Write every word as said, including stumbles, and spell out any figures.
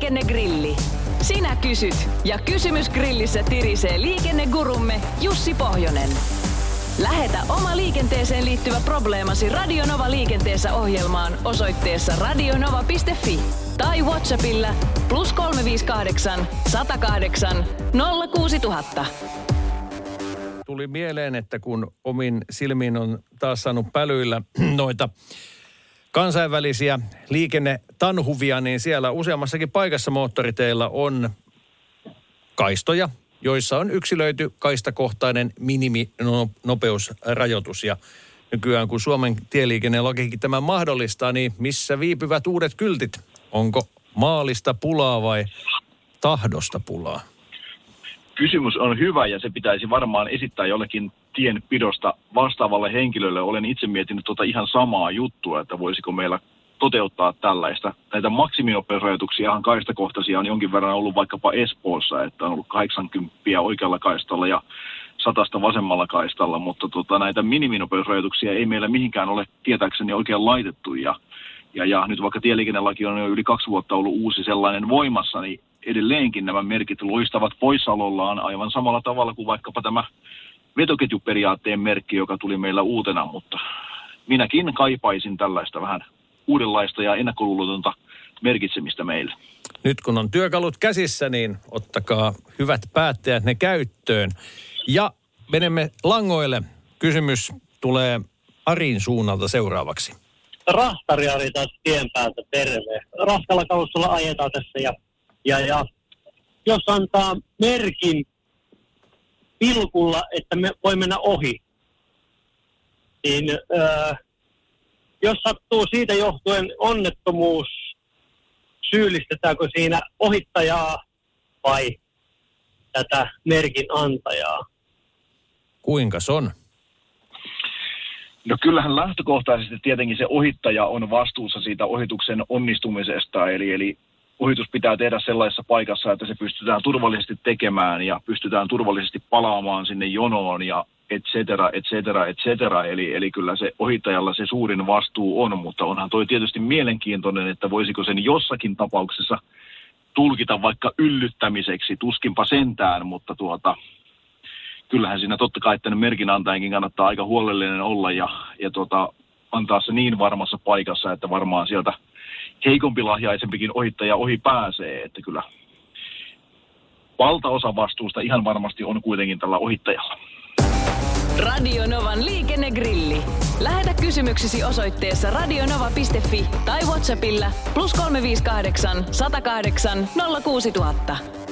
Liikennegrilli. Sinä kysyt ja kysymys grillissä tirisee liikennegurumme Jussi Pohjonen. Lähetä oma liikenteeseen liittyvä probleemasi Radionova liikenteessä ohjelmaan osoitteessa radionova piste fi tai WhatsAppilla plus kolme viisi kahdeksan, sata kahdeksan, nolla kuusi tuhatta. Tuli mieleen, että kun omin silmiin on taas saanut pälyillä noita kansainvälisiä liikennetanhuvia, niin siellä useammassakin paikassa moottoriteillä on kaistoja, joissa on yksilöity kaistakohtainen miniminopeusrajoitus. Ja nykyään, kun Suomen tieliikennelakikin tämän mahdollistaa, niin missä viipyvät uudet kyltit? Onko maalista pulaa vai tahdosta pulaa? Kysymys on hyvä ja se pitäisi varmaan esittää jollekin tienpidosta vastaavalle henkilölle. Olen itse miettinyt tuota ihan samaa juttua, että voisiko meillä toteuttaa tällaista. Näitä maksiminopeusrajoituksia kaistakohtaisia on jonkin verran ollut vaikkapa Espoossa, että on ollut kahdeksankymmentä oikealla kaistalla ja satasta vasemmalla kaistalla, mutta tota, näitä miniminopeusrajoituksia ei meillä mihinkään ole tietääkseni oikein laitettu. Ja, ja, ja nyt vaikka tieliikennelaki on jo yli kaksi vuotta ollut uusi sellainen voimassa, niin edelleenkin nämä merkit loistavat poissaolollaan aivan samalla tavalla kuin vaikkapa tämä vetoketjuperiaatteen merkki, joka tuli meillä uutena, mutta minäkin kaipaisin tällaista vähän uudenlaista ja ennakkoluulotonta merkitsemistä meille. Nyt kun on työkalut käsissä, niin ottakaa hyvät päättäjät ne käyttöön. Ja menemme langoille. Kysymys tulee Arin suunnalta seuraavaksi. Rahtari Ari taas tien päältä, terve. Raskalla kalustolla ajetaan tässä ja, ja, ja jos antaa merkin pilkulla, että me voi mennä ohi, niin öö, jos sattuu siitä johtuen onnettomuus, syyllistetäänkö siinä ohittajaa vai tätä merkin antajaa? Kuinka on? No kyllähän lähtökohtaisesti tietenkin se ohittaja on vastuussa siitä ohituksen onnistumisesta, eli, eli ohitus pitää tehdä sellaisessa paikassa, että se pystytään turvallisesti tekemään ja pystytään turvallisesti palaamaan sinne jonoon ja et cetera, et cetera, et cetera. Eli, eli kyllä se ohittajalla se suurin vastuu on, mutta onhan toi tietysti mielenkiintoinen, että voisiko sen jossakin tapauksessa tulkita vaikka yllyttämiseksi, tuskinpa sentään, mutta tuota, kyllähän siinä totta kai tämän merkinantajankin kannattaa aika huolellinen olla ja, ja tuota, antaa se niin varmassa paikassa, että varmaan sieltä heikompi-lahjaisempikin ohittaja ohi pääsee, että kyllä valtaosa vastuusta ihan varmasti on kuitenkin tällä ohittajalla. Radionovan liikennegrilli. Lähetä kysymyksesi osoitteessa radionova piste fi tai WhatsAppilla plus kolme viisi kahdeksan, sata kahdeksan, nolla kuusi tuhatta.